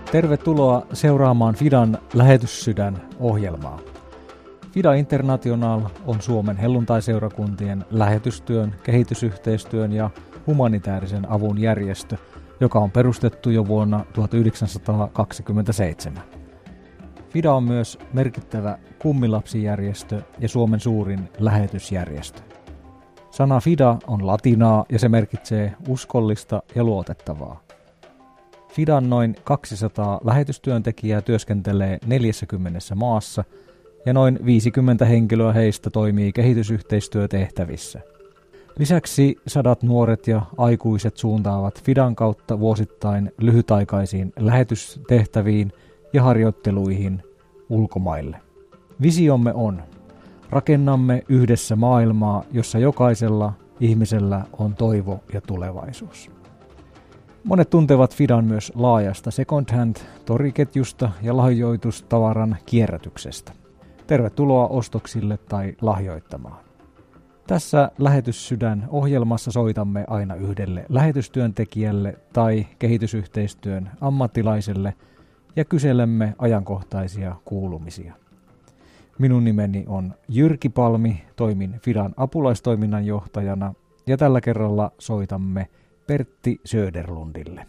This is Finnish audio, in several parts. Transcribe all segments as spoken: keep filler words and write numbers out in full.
Tervetuloa seuraamaan Fidan Lähetyssydän-ohjelmaa. Fida International on Suomen helluntaiseurakuntien lähetystyön, kehitysyhteistyön ja humanitaarisen avun järjestö, joka on perustettu jo vuonna tuhatyhdeksänsataakaksikymmentäseitsemän. Fida on myös merkittävä kummilapsijärjestö ja Suomen suurin lähetysjärjestö. Sana Fida on latinaa ja se merkitsee uskollista ja luotettavaa. Fidan noin kaksisataa lähetystyöntekijää työskentelee neljässäkymmenessä maassa ja noin viisikymmentä henkilöä heistä toimii kehitysyhteistyötehtävissä. Lisäksi sadat nuoret ja aikuiset suuntaavat Fidan kautta vuosittain lyhytaikaisiin lähetystehtäviin ja harjoitteluihin ulkomaille. Visiomme on: rakennamme yhdessä maailmaa, jossa jokaisella ihmisellä on toivo ja tulevaisuus. Monet tuntevat Fidan myös laajasta second hand toriketjusta ja lahjoitustavaran kierrätyksestä. Tervetuloa ostoksille tai lahjoittamaan. Tässä Lähetyssydän-ohjelmassa soitamme aina yhdelle lähetystyöntekijälle tai kehitysyhteistyön ammattilaiselle ja kyselemme ajankohtaisia kuulumisia. Minun nimeni on Jyrki Palmi, toimin Fidan apulaistoiminnan johtajana ja tällä kerralla soitamme Pertti Söderlundille.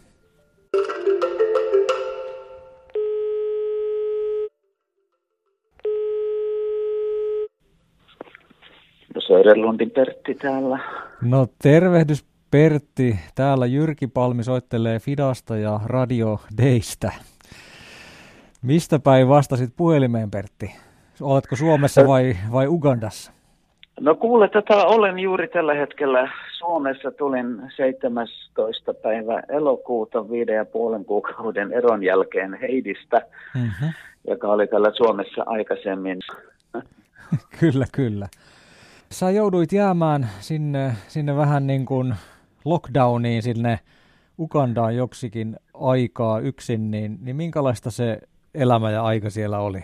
Söderlundin Pertti täällä. No tervehdys Pertti. Täällä Jyrki Palmi soittelee Fidasta ja Radio Daystä. Mistä päin vastasit puhelimeen, Pertti? Oletko Suomessa vai, vai Ugandassa? No kuule, tätä olen juuri tällä hetkellä Suomessa. Tulin seitsemästoista päivä elokuuta viiden ja puolen kuukauden eron jälkeen Heidistä, mm-hmm. joka oli täällä Suomessa aikaisemmin. Kyllä, kyllä. Sä jouduit jäämään sinne, sinne vähän niin kuin lockdowniin, sinne Ugandaan joksikin aikaa yksin, niin, niin minkälaista se elämä ja aika siellä oli?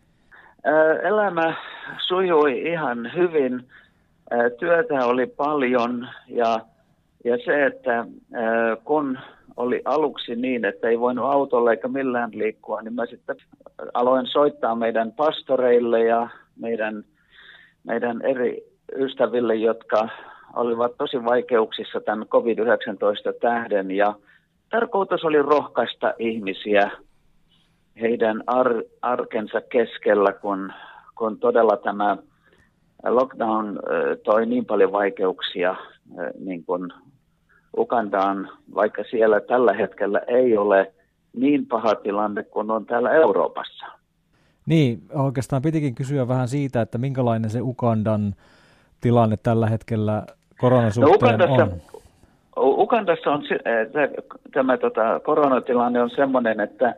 Elämä sujui ihan hyvin. Työtä oli paljon ja, ja se, että kun oli aluksi niin, että ei voinut autolla eikä millään liikkua, niin mä sitten aloin soittaa meidän pastoreille ja meidän, meidän eri ystäville, jotka olivat tosi vaikeuksissa tämän covid yhdeksäntoista tähden. Ja tarkoitus oli rohkaista ihmisiä heidän ar- arkensa keskellä, kun, kun todella tämä lockdown äh, toi niin paljon vaikeuksia äh, niin kuin Ugandaan, vaikka siellä tällä hetkellä ei ole niin paha tilanne kuin on täällä Euroopassa. Niin, oikeastaan pitikin kysyä vähän siitä, että minkälainen se Ugandan tilanne tällä hetkellä koronasuhteen no, on. Ugandassa on tämä tota, koronatilanne on semmoinen, että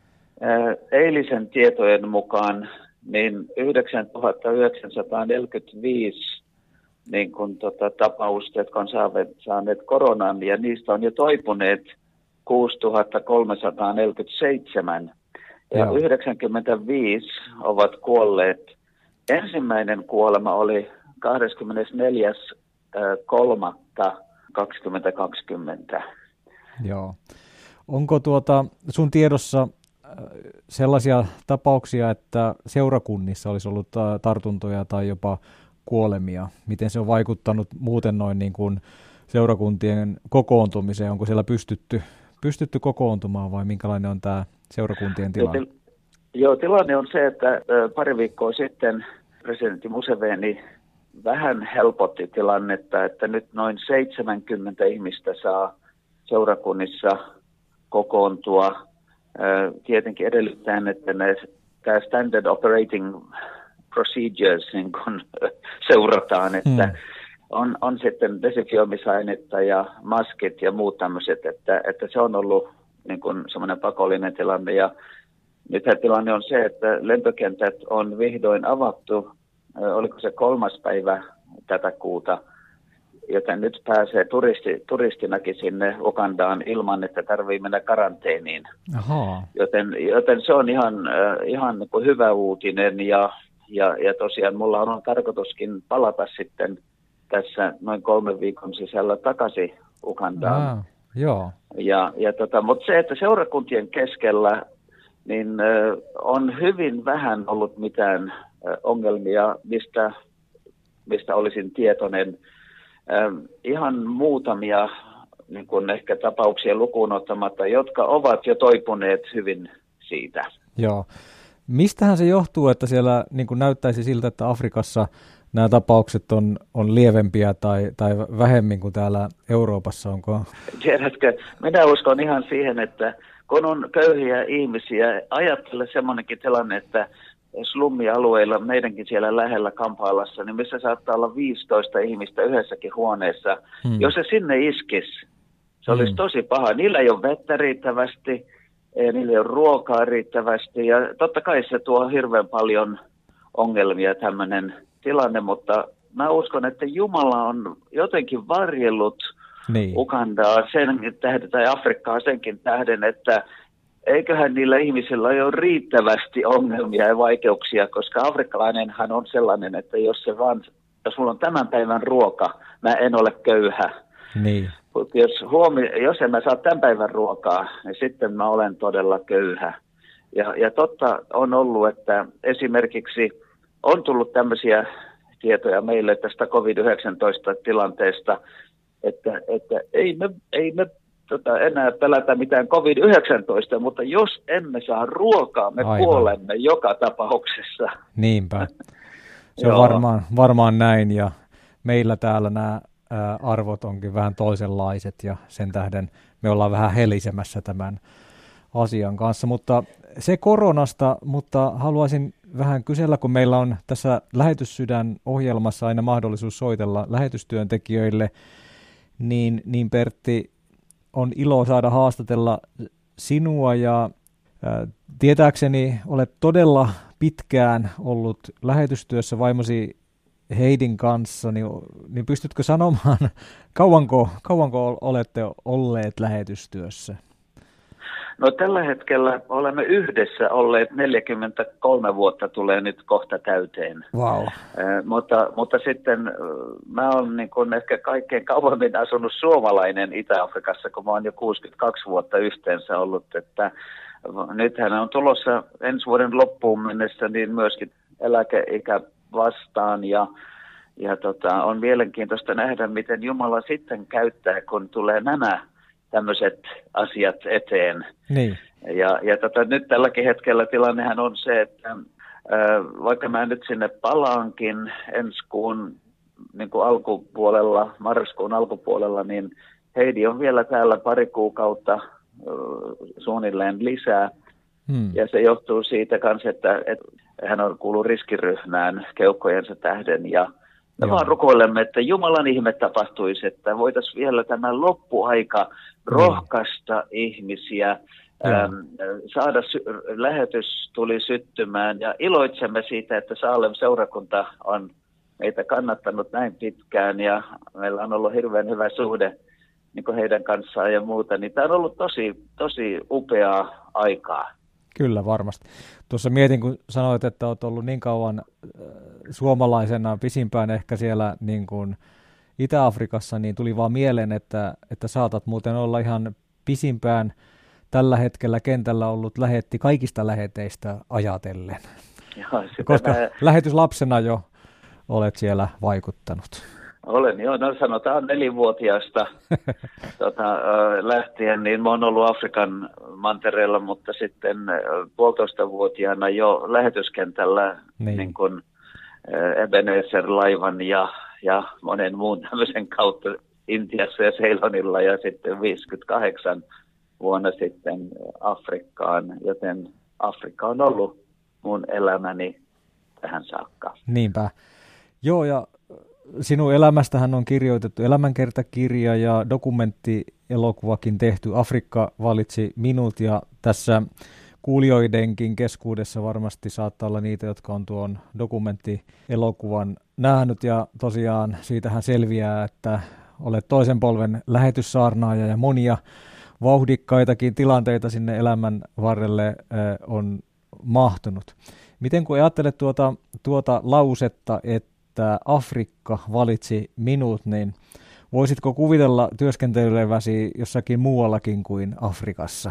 eilisen tietojen mukaan niin yhdeksäntuhatta yhdeksänsataaneljäkymmentäviisi niin kun, tota, tapausta, jotka on saaneet koronan, ja niistä on jo toipuneet kuusituhatta kolmesataaneljäkymmentäseitsemän, ja Joo. yhdeksänkymmentäviisi ovat kuolleet. Ensimmäinen kuolema oli kahdeskymmenesneljäs kolmatta kaksituhattakaksikymmentä. Joo. Onko tuota sun tiedossa sellaisia tapauksia, että seurakunnissa olisi ollut tartuntoja tai jopa kuolemia? Miten se on vaikuttanut muuten noin niin kuin seurakuntien kokoontumiseen? Onko siellä pystytty, pystytty kokoontumaan vai minkälainen on tämä seurakuntien tilanne? Joo, tilanne on se, että pari viikkoa sitten presidentti Museveni vähän helpotti tilannetta, että nyt noin seitsemänkymmentä ihmistä saa seurakunnissa kokoontua. Tietenkin edellyttäen, että ne, tämä standard operating procedures niin kun seurataan, että hmm. on, on sitten desinfioimisainetta ja maskit ja muut tämmöiset, että, että se on ollut niin kun semmoinen pakollinen tilanne. Ja nyt tilanne on se, että lentokentät on vihdoin avattu, oliko se kolmas päivä tätä kuuta, joten nyt pääsee turisti, turistinakin sinne Ugandaan ilman, että tarvitsee mennä karanteeniin. Ahaa. Joten, joten se on ihan, ihan niin kuin hyvä uutinen ja, ja, ja tosiaan mulla on tarkoituskin palata sitten tässä noin kolmen viikon sisällä takaisin Ugandaan. Aa. Joo. Ja, ja tota, mutta se, että seurakuntien keskellä niin ö, on hyvin vähän ollut mitään ö, ongelmia, mistä, mistä olisin tietoinen. Ö, ihan muutamia niin kuin ehkä tapauksia lukuun ottamatta, jotka ovat jo toipuneet hyvin siitä. Joo. Mistähän se johtuu, että siellä niin kuin näyttäisi siltä, että Afrikassa nämä tapaukset on, on lievempiä tai, tai vähemmin kuin täällä Euroopassa, onko? Tiedätkö, minä uskon ihan siihen, että kun on köyhiä ihmisiä, ajattele semmoinenkin tilanne, että slummialueilla, meidänkin siellä lähellä Kampalassa, niin missä saattaa olla viisitoista ihmistä yhdessäkin huoneessa, hmm. jos se sinne iskisi, se olisi hmm. tosi paha. Niillä ei ole vettä riittävästi, niillä ei ole ruokaa riittävästi, ja totta kai se tuo hirveän paljon ongelmia tämmöinen tilanne, mutta mä uskon, että Jumala on jotenkin varjellut niin. Ugandaa sen tähden, tai Afrikkaa senkin tähden, että eiköhän niillä ihmisillä ole riittävästi ongelmia ja vaikeuksia, koska afrikkalainenhan on sellainen, että jos se vaan, jos mulla on tämän päivän ruoka, mä en ole köyhä. Niin. Mutta jos, huomi- jos en mä saa tämän päivän ruokaa, niin sitten mä olen todella köyhä. Ja, ja totta on ollut, että esimerkiksi on tullut tämmöisiä tietoja meille tästä covid yhdeksäntoista-tilanteesta, että, että ei me, ei me tota, enää pelätä mitään covid yhdeksäntoista, mutta jos emme saa ruokaa, me Aivan. kuolemme joka tapauksessa. Niinpä. Se on varmaan, varmaan näin, ja meillä täällä nämä ää, arvot onkin vähän toisenlaiset, ja sen tähden me ollaan vähän helisemässä tämän asian kanssa, mutta se koronasta, mutta haluaisin vähän kysellä, kun meillä on tässä Lähetyssydän-ohjelmassa aina mahdollisuus soitella lähetystyöntekijöille, niin, niin Pertti, on ilo saada haastatella sinua, ja ää, tietääkseni olet todella pitkään ollut lähetystyössä vaimosi Heidin kanssa, niin, niin pystytkö sanomaan, kauanko, kauanko olette olleet lähetystyössä? No tällä hetkellä olemme yhdessä olleet neljäkymmentäkolme vuotta, tulee nyt kohta täyteen. Wow. Eh, mutta, mutta sitten mä olen niin kuin ehkä kaikkein kauemmin asunut suomalainen Itä-Afrikassa, kun mä olen jo kuusikymmentäkaksi vuotta yhteensä ollut. Että nythän on tulossa ensi vuoden loppuun mennessä niin myöskin eläkeikä vastaan, ja, ja tota, on mielenkiintoista nähdä, miten Jumala sitten käyttää, kun tulee nämä tämmöiset asiat eteen. Niin. Ja, ja tota, nyt tälläkin hetkellä tilannehan on se, että ää, vaikka mä nyt sinne palaankin ensi kuun niin kuin alkupuolella, marraskuun alkupuolella, niin Heidi on vielä täällä pari kuukautta ää, suunnilleen lisää. Hmm. Ja se johtuu siitä kanssa, että, että hän on kuullut riskiryhmään keuhkojensa tähden, ja me Joo. vaan rukoilemme, että Jumalan ihme tapahtuisi, että voitaisiin vielä tämän loppuaika rohkaista mm. ihmisiä, äm, saada sy- lähetys tuli syttymään, ja iloitsemme siitä, että Saalem-seurakunta on meitä kannattanut näin pitkään, ja meillä on ollut hirveän hyvä suhde niin kuin heidän kanssaan ja muuta, niin tämä on ollut tosi, tosi upeaa aikaa. Kyllä, varmasti. Tuossa mietin, kun sanoit, että olet ollut niin kauan äh, suomalaisena pisimpään ehkä siellä niin kuin Itä-Afrikassa, niin tuli vaan mieleen, että, että saatat muuten olla ihan pisimpään tällä hetkellä kentällä ollut lähetti kaikista läheteistä ajatellen. Joo, koska mä... lähetyslapsena jo olet siellä vaikuttanut. Olen, joo. No sanotaan nelivuotiaasta tota, lähtien, niin mä oon ollut Afrikan mantereella, mutta sitten puolitoistavuotiaana jo lähetyskentällä niin. Niin kuin Ebenezer-laivan ja, ja monen muun tämmöisen kautta Intiassa ja Ceylonilla, ja sitten viisikymmentäkahdeksan vuonna sitten Afrikkaan, joten Afrikka on ollut mun elämäni tähän saakka. Niinpä. Joo, ja sinun elämästähän on kirjoitettu elämänkertakirja ja dokumenttielokuvakin tehty. Afrikka valitsi minut, ja tässä kuulijoidenkin keskuudessa varmasti saattaa olla niitä, jotka on tuon dokumenttielokuvan nähnyt, ja tosiaan siitähän selviää, että olet toisen polven lähetyssaarnaaja, ja monia vauhdikkaitakin tilanteita sinne elämän varrelle on mahtunut. Miten kun ajattelet tuota, tuota lausetta, että että Afrikka valitsi minut, niin Voisitko kuvitella työskenteleväsi jossakin muuallakin kuin Afrikassa?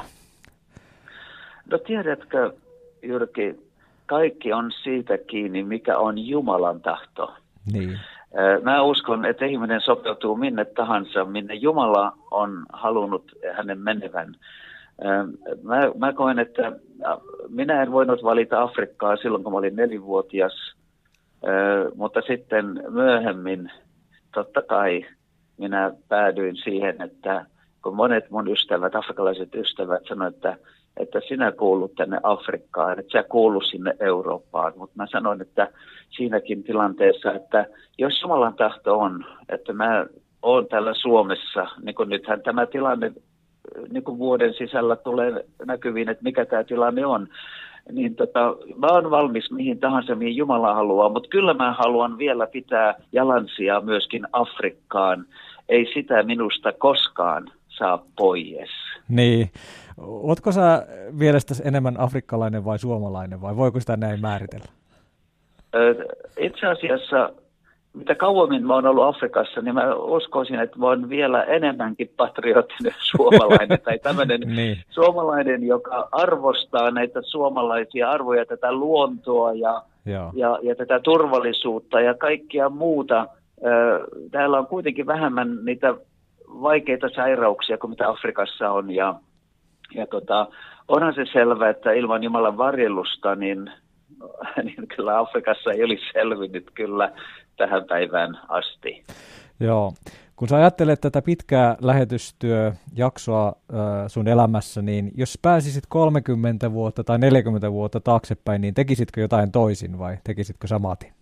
No tiedätkö, Jyrki, kaikki on siitä kiinni, mikä on Jumalan tahto. Niin. Mä uskon, että ihminen sopeutuu minne tahansa, minne Jumala on halunnut hänen menevän. Mä, mä koen, että minä en voinut valita Afrikkaa silloin, kun mä olin nelivuotias, mutta sitten myöhemmin totta kai minä päädyin siihen, että kun monet mun ystävät, afrikalaiset ystävät sanoivat, että, että sinä kuulut tänne Afrikkaan, että sä kuulu sinne Eurooppaan. Mutta mä sanoin, että siinäkin tilanteessa, että jos Jumalan tahto on, että mä oon täällä Suomessa, niin kuin nythän tämä tilanne niin kuin vuoden sisällä tulee näkyviin, että mikä tämä tilanne on, niin tota, mä oon valmis mihin tahansa, mihin Jumala haluaa, mutta kyllä mä haluan vielä pitää jalansijaa myöskin Afrikkaan. Ei sitä minusta koskaan saa pois. Niin. Ootko sä mielestäsi enemmän afrikkalainen vai suomalainen, vai voiko sitä näin määritellä? Itse asiassa, mitä kauemmin mä oon ollut Afrikassa, niin mä uskoisin, että mä oon vielä enemmänkin patriottinen suomalainen tai tämmöinen niin. suomalainen, joka arvostaa näitä suomalaisia arvoja, tätä luontoa ja, ja, ja tätä turvallisuutta ja kaikkia muuta. Täällä on kuitenkin vähemmän niitä vaikeita sairauksia kuin mitä Afrikassa on ja, ja tota, onhan se selvä, että ilman Jumalan varjelusta, niin niin kyllä Afrikassa ei olisi selvinnyt kyllä tähän päivään asti. Joo. Kun sä ajattelet tätä pitkää lähetystyöjaksoa äh, sun elämässä, niin jos pääsisit kolmekymmentä vuotta tai neljäkymmentä vuotta taaksepäin, niin tekisitkö jotain toisin vai tekisitkö samatin?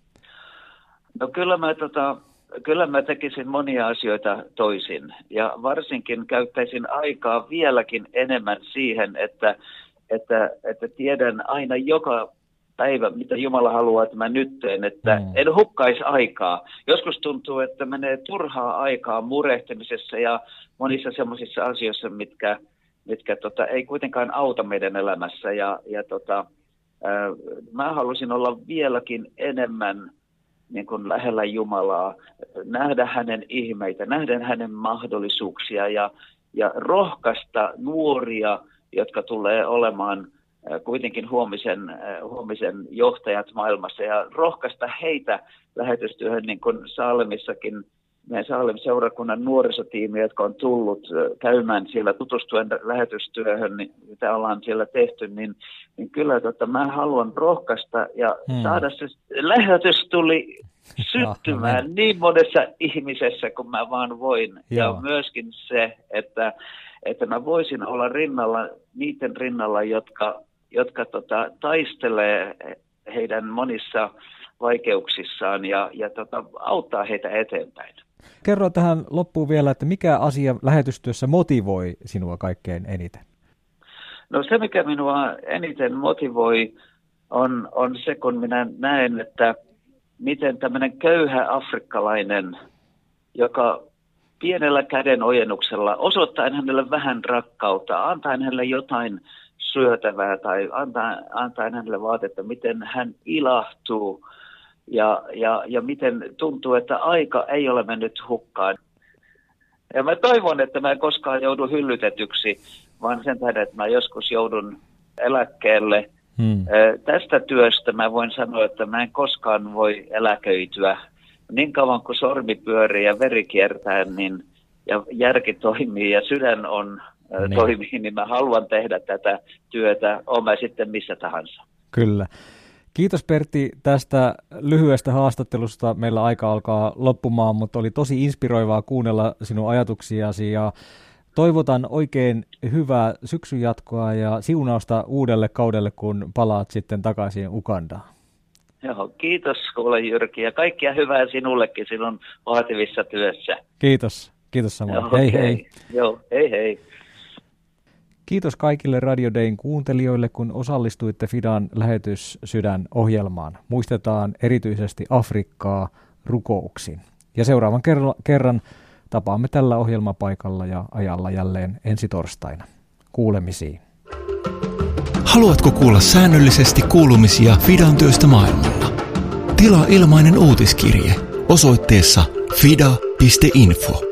No kyllä mä, tota, kyllä mä tekisin monia asioita toisin ja varsinkin käyttäisin aikaa vieläkin enemmän siihen, että, että, että tiedän aina joka päivä, mitä Jumala haluaa, että mä nyt teen, että mm. en hukkaisi aikaa. Joskus tuntuu, että menee turhaa aikaa murehtimisessa ja monissa semmoisissa asioissa, mitkä, mitkä tota, ei kuitenkaan auta meidän elämässä. Ja, ja tota, ää, mä halusin olla vieläkin enemmän niin kuin lähellä Jumalaa, nähdä hänen ihmeitä, nähdä hänen mahdollisuuksia ja, ja rohkaista nuoria, jotka tulee olemaan kuitenkin huomisen, huomisen johtajat maailmassa ja rohkaista heitä lähetystyöhön, niin kuin Saalemissakin, meidän Saalem-seurakunnan nuorisotiimi, jotka on tullut käymään siellä tutustuen lähetystyöhön, niin, mitä ollaan siellä tehty, niin, niin kyllä tota, mä haluan rohkaista ja hmm. saada se lähetys tuli syttymään no, niin monessa ihmisessä, kun mä vaan voin. Joo. Ja myöskin se, että, että mä voisin olla rinnalla, niiden rinnalla, jotka jotka tota, taistelee heidän monissa vaikeuksissaan ja, ja tota, auttaa heitä eteenpäin. Kerro tähän loppuun vielä, että mikä asia lähetystyössä motivoi sinua kaikkein eniten? No se, mikä minua eniten motivoi, on, on se, kun minä näen, että miten tämmöinen köyhä afrikkalainen, joka pienellä käden ojennuksella, osoittaen hänelle vähän rakkautta, antaen hänelle jotain syötävää tai antaa, antaa hänelle vaatetta, miten hän ilahtuu ja, ja, ja miten tuntuu, että aika ei ole mennyt hukkaan. Ja mä toivon, että mä en koskaan joudu hyllytetyksi, vaan sen tähden, että mä joskus joudun eläkkeelle. Hmm. Tästä työstä mä voin sanoa, että mä en koskaan voi eläköityä. Niin kauan kuin sormi pyörii ja veri kiertää, niin, ja järki toimii ja sydän on Niin. toimii, niin mä haluan tehdä tätä työtä, oon mä sitten missä tahansa. Kyllä. Kiitos Pertti tästä lyhyestä haastattelusta. Meillä aika alkaa loppumaan, mutta oli tosi inspiroivaa kuunnella sinun ajatuksiasi ja toivotan oikein hyvää syksyn jatkoa ja siunausta uudelle kaudelle, kun palaat sitten takaisin Ugandaan. Joo, kiitos kuule Jyrki ja kaikkia hyvää sinullekin sinun vaativissa työssä. Kiitos, kiitos samoin. Joo, hei okay. hei. Joo, hei hei. Kiitos kaikille Radio Dayn kuuntelijoille, kun osallistuitte Fidan Lähetyssydän ohjelmaan. Muistetaan erityisesti Afrikkaa rukouksin. Ja seuraavan kerran tapaamme tällä ohjelmapaikalla ja ajalla jälleen ensi torstaina. Kuulemisiin. Haluatko kuulla säännöllisesti kuulumisia Fidan työstä maailmalla? Tilaa ilmainen uutiskirje osoitteessa fida piste info.